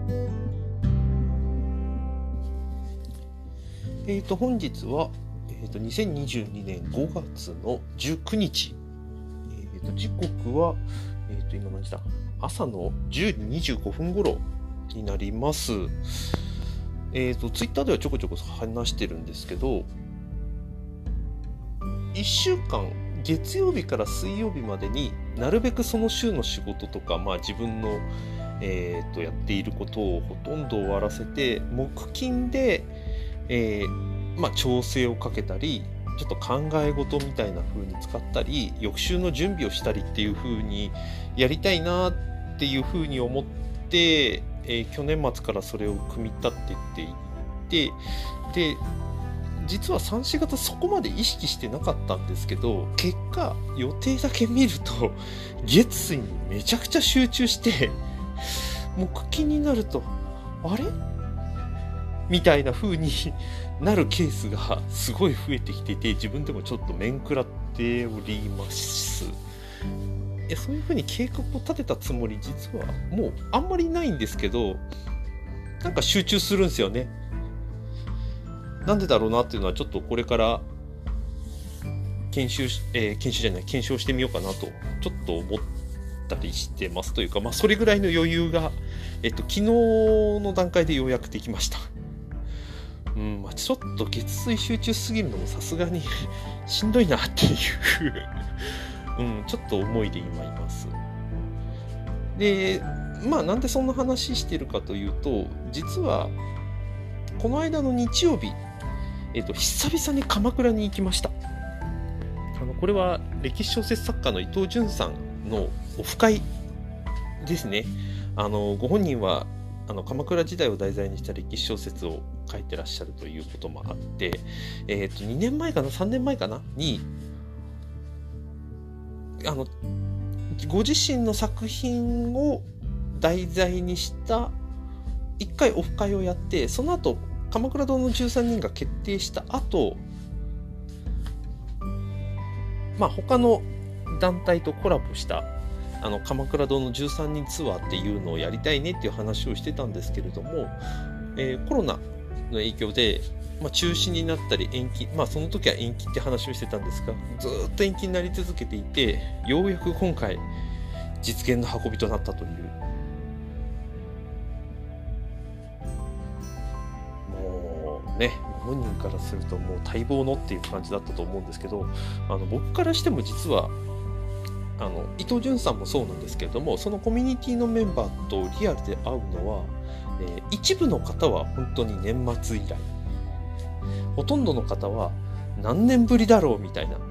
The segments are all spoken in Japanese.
本日は、2022年5月の19日、時刻は、今何時だ、朝の10時25分頃になります。ツイッターではちょこちょこ話してるんですけど、1週間月曜日から水曜日までになるべくその週の仕事とか、自分の、やっていることをほとんど終わらせて、木金で、調整をかけたり、ちょっと考え事みたいな風に使ったり、翌週の準備をしたりっていう風にやりたいなっていう風に思って、去年末からそれを組み立てていって、で実は3、4月そこまで意識してなかったんですけど、結果予定だけ見ると月水にめちゃくちゃ集中して、木金になるとあれみたいな風になるケースがすごい増えてきてて、自分でもちょっと面食らっております。そういう風に計画を立てたつもり、実はもうあんまりないんですけど、なんか集中するんですよね。なんでだろうなっていうのは、ちょっとこれから検証してみようかなとちょっと思ったりしてますというか、それぐらいの余裕が、昨日の段階でようやくできました。ちょっと月水集中すぎるのもさすがにしんどいなっていうちょっと思いで今います。で、なんでそんな話してるかというと、実はこの間の日曜日、久々に鎌倉に行きました。これは歴史小説作家の伊藤潤さんのオフ会ですね。ご本人は鎌倉時代を題材にした歴史小説を書いてらっしゃるということもあって、2年前かな3年前かなにご自身の作品を題材にした1回オフ会をやって、その後鎌倉殿の13人が決定した後、他の団体とコラボした鎌倉殿の13人ツアーっていうのをやりたいねっていう話をしてたんですけれども、コロナの影響で、中止になったり延期、その時は延期って話をしてたんですが、ずっと延期になり続けていて、ようやく今回実現の運びとなったという、もうね、本人からするともう待望のっていう感じだったと思うんですけど、僕からしても実は伊藤潤さんもそうなんですけれども、そのコミュニティのメンバーとリアルで会うのは、一部の方は本当に年末以来、ほとんどの方は何年ぶりだろうみたいな、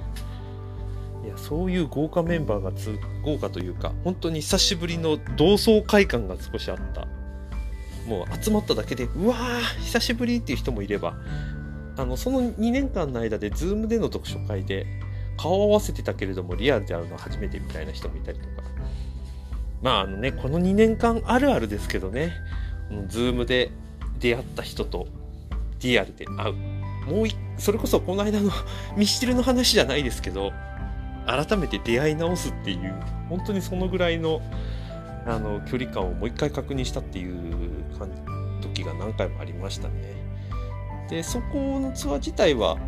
そういう豪華メンバーが豪華というか、本当に久しぶりの同窓会感が少しあった。もう集まっただけでうわー久しぶりっていう人もいれば、その2年間の間で Zoom での読書会で顔を合わせてたけれどもリアルで会うのは初めてみたいな人もいたりとか、この2年間あるあるですけどね、Zoom で出会った人とリアルで会う、それこそこの間のミスチルの話じゃないですけど、改めて出会い直すっていう、本当にそのぐらいの距離感をもう一回確認したっていう時が何回もありましたね。で、そこのツアー自体は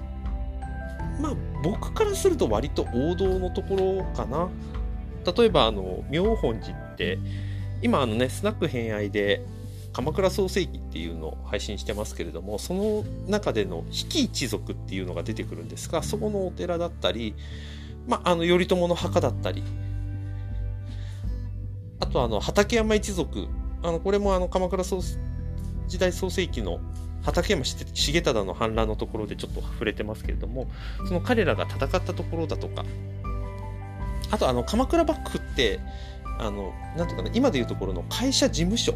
僕からすると割と王道のところかな。例えば妙本寺って今スナック偏愛で鎌倉創世記っていうのを配信してますけれども、その中での比企一族っていうのが出てくるんですが、そこのお寺だったり、頼朝の墓だったり、あと畠山一族、これも鎌倉時代創世記の畠山重忠の反乱のところでちょっと触れてますけれども、その彼らが戦ったところだとか、あと鎌倉幕府ってなんていうかな、今でいうところの会社事務所、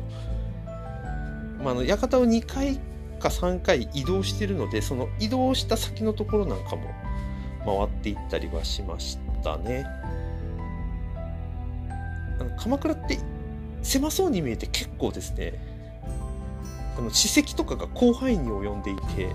館を2回か3回移動しているので、その移動した先のところなんかも回っていったりはしましたね。鎌倉って狭そうに見えて結構ですね、史跡とかが広範囲に及んでいて、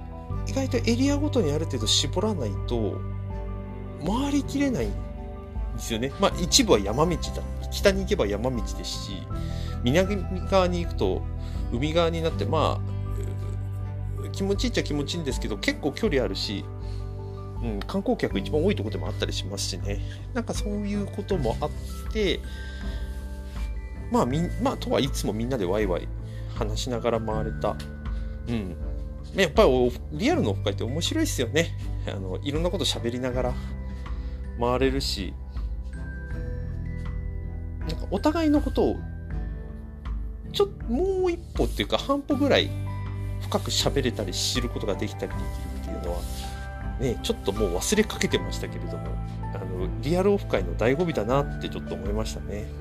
意外とエリアごとにある程度絞らないと回りきれないんですよね。まあ一部は山道だ、北に行けば山道ですし、南側に行くと海側になって、まあ気持ちいいっちゃ気持ちいいんですけど、結構距離あるし、観光客一番多いところでもあったりしますしね。なんかそういうこともあって、まあとはいつもみんなでワイワイ話しながら回れた。やっぱりリアルのオフ会って面白いですよね。いろんなこと喋りながら回れるし、なんかお互いのことをもう一歩っていうか半歩ぐらい深く喋れたり知ることができたりできるっていうのはね、ちょっともう忘れかけてましたけれども、リアルオフ会の醍醐味だなってちょっと思いましたね。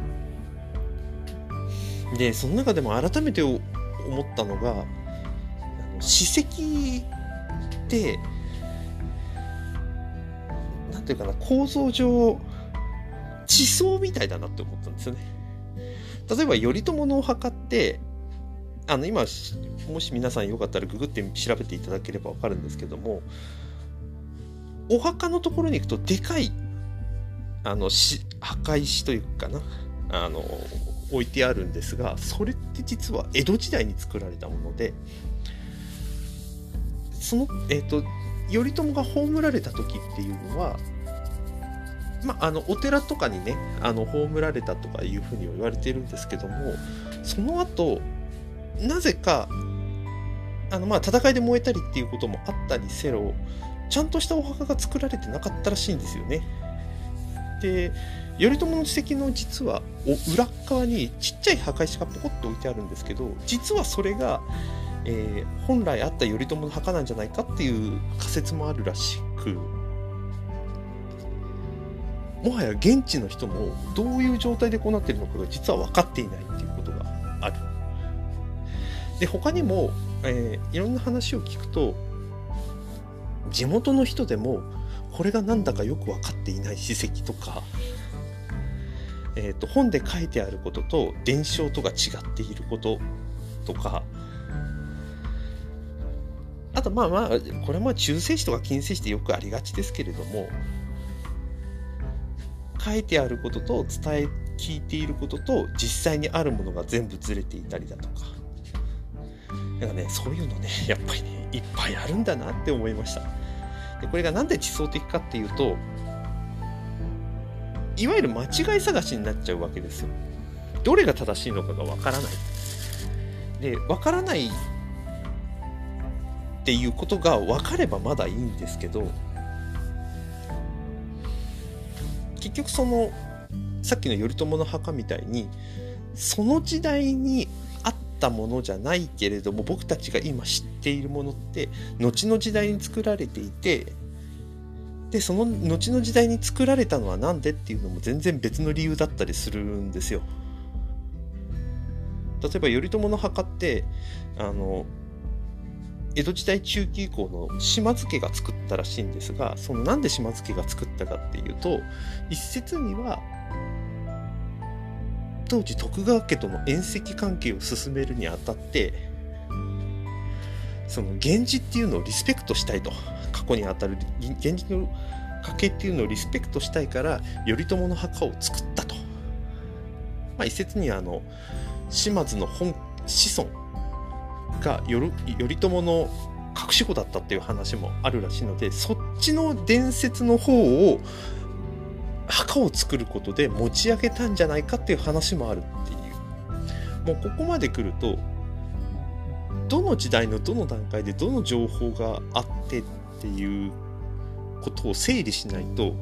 でその中でも改めて思ったのが、史跡ってなんていうかな、構造上地層みたいだなって思ったんですよね。例えば頼朝のお墓って今もし皆さんよかったらググって調べていただければ分かるんですけども、お墓のところに行くとでかい墓石というかな、置いてあるんですが、それって実は江戸時代に作られたもので、その頼朝が葬られた時っていうのは、お寺とかにね葬られたとかいうふうには言われているんですけども、その後なぜか戦いで燃えたりっていうこともあったりせよ、ちゃんとしたお墓が作られてなかったらしいんですよね。で頼朝の史跡の実は裏側にちっちゃい墓石がポコッと置いてあるんですけど、実はそれが、本来あった頼朝の墓なんじゃないかっていう仮説もあるらしく、もはや現地の人もどういう状態でこうなっているのかが実は分かっていないっていうことがある。で他にも、いろんな話を聞くと、地元の人でもこれがなんだかよく分かっていない史跡とか、本で書いてあることと伝承とが違っていることとか、あとこれは中世史とか近世史ってよくありがちですけれども、書いてあることと聞いていることと実際にあるものが全部ずれていたりだとか、なんかね、そういうのねやっぱりねいっぱいあるんだなって思いました。でこれがなんで地層的かっていうと、いわゆる間違い探しになっちゃうわけですよ。どれが正しいのかがわからない。でわからないっていうことが分かればまだいいんですけど、結局さっきの頼朝の墓みたいにその時代にあったものじゃないけれども、僕たちが今知っているものって後の時代に作られていて、でその後の時代に作られたのはなんでっていうのも全然別の理由だったりするんですよ。例えば頼朝の墓って江戸時代中期以降の島津家が作ったらしいんですが、なんで島津家が作ったかっていうと、一説には当時徳川家との縁戚関係を進めるにあたって、その源氏っていうのをリスペクトしたいと、過去にあたる源氏の家系っていうのをリスペクトしたいから頼朝の墓を作ったと。一説には島津の子孫が頼朝の隠し子だったっていう話もあるらしいので、そっちの伝説の方を墓を作ることで持ち上げたんじゃないかっていう話もあるっていう。もうここまで来ると、どの時代のどの段階でどの情報があってっていうことを整理しないと、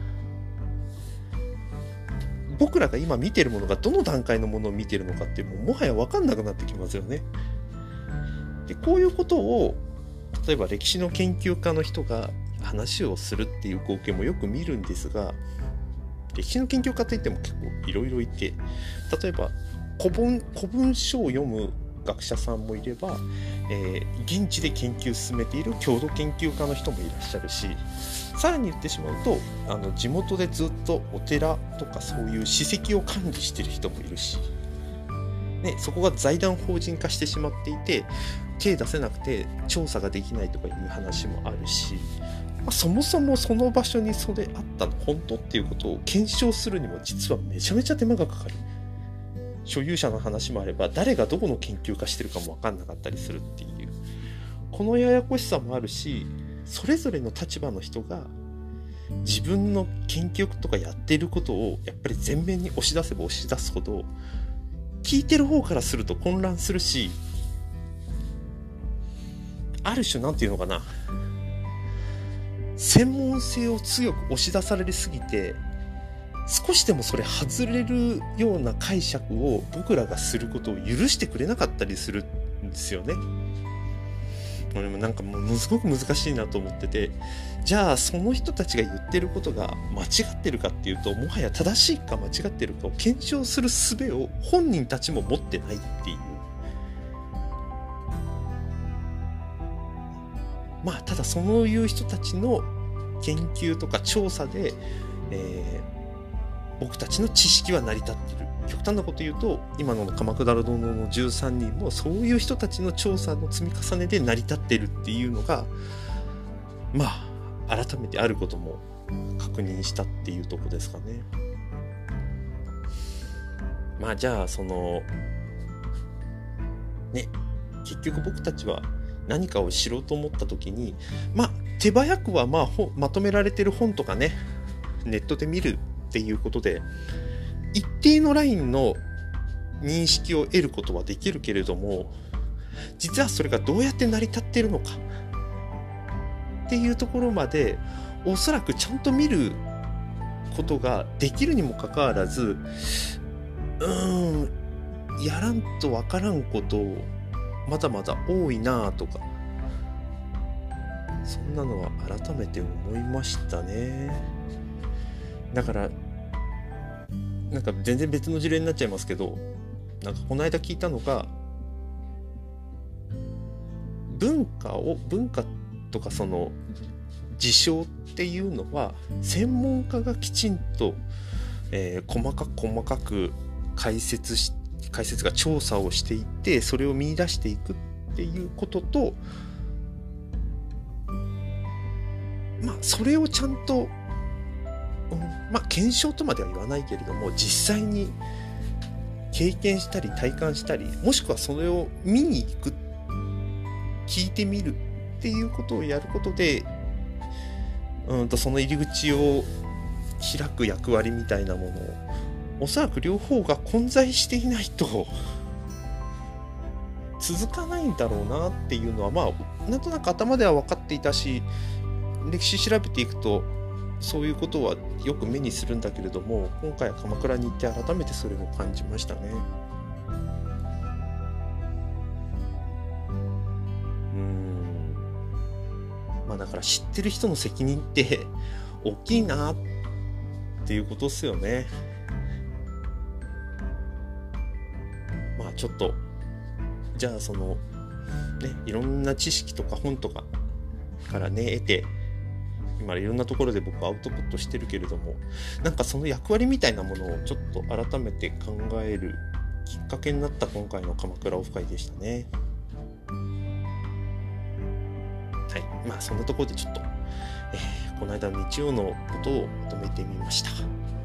僕らが今見てるものがどの段階のものを見てるのかってもはや分かんなくなってきますよね。でこういうことを例えば歴史の研究家の人が話をするっていう光景もよく見るんですが、歴史の研究家といっても結構いろいろいて、例えば古文書を読む学者さんもいれば、現地で研究を進めている郷土研究家の人もいらっしゃるし、さらに言ってしまうと地元でずっとお寺とかそういう史跡を管理している人もいるし、そこが財団法人化してしまっていて手出せなくて調査ができないとかいう話もあるし、 そもそもその場所にそれあったの本当っていうことを検証するにも実はめちゃめちゃ手間がかかる。所有者の話もあれば、誰がどこの研究家してるかも分かんなかったりするっていう、このややこしさもあるし、それぞれの立場の人が自分の研究とかやっていることをやっぱり前面に押し出せば押し出すほど、聞いてる方からすると混乱するし、ある種なんていうのかな、専門性を強く押し出されすぎて、少しでもそれ外れるような解釈を僕らがすることを許してくれなかったりするんですよね。これもなんかものすごく難しいなと思ってて、じゃあその人たちが言ってることが間違ってるかっていうと、もはや正しいか間違ってるかを検証する術を本人たちも持ってないっていう。まあただそういう人たちの研究とか調査で、僕たちの知識は成り立っている。極端なこと言うと、今の鎌倉殿の13人もそういう人たちの調査の積み重ねで成り立っているっていうのが、まあ改めてあることも確認したっていうところですかね。まあじゃあそのね、結局僕たちは何かを知ろうと思った時に、まあ手早くはまとめられてる本とかね、ネットで見るっていうことで一定のラインの認識を得ることはできるけれども、実はそれがどうやって成り立っているのかっていうところまでおそらくちゃんと見ることができるにもかかわらず、やらんとわからんことまだまだ多いなとか、そんなのは改めて思いましたね。だからなんか全然別の事例になっちゃいますけど、なんかこの間聞いたのが、文化とかその事象っていうのは専門家がきちんと、細かく解説が調査をしていってそれを見出していくっていうことと、まあそれをちゃんとまあ検証とまでは言わないけれども、実際に経験したり体感したり、もしくはそれを見に行く、聞いてみるっていうことをやることで、その入り口を開く役割みたいなものを、おそらく両方が混在していないと続かないんだろうなっていうのは、まあなんとなく頭では分かっていたし、歴史調べていくとそういうことはよく目にするんだけれども、今回は鎌倉に行って改めてそれを感じましたね。まあだから知ってる人の責任って大きいなっていうことですよね。まあちょっとじゃあそのね、いろんな知識とか本とかからね得て、今いろんなところで僕はアウトプットしてるけれども、なんかその役割みたいなものをちょっと改めて考えるきっかけになった今回の鎌倉オフ会でしたね。はい、まあそんなところでちょっと、この間の日曜のことをまとめてみました。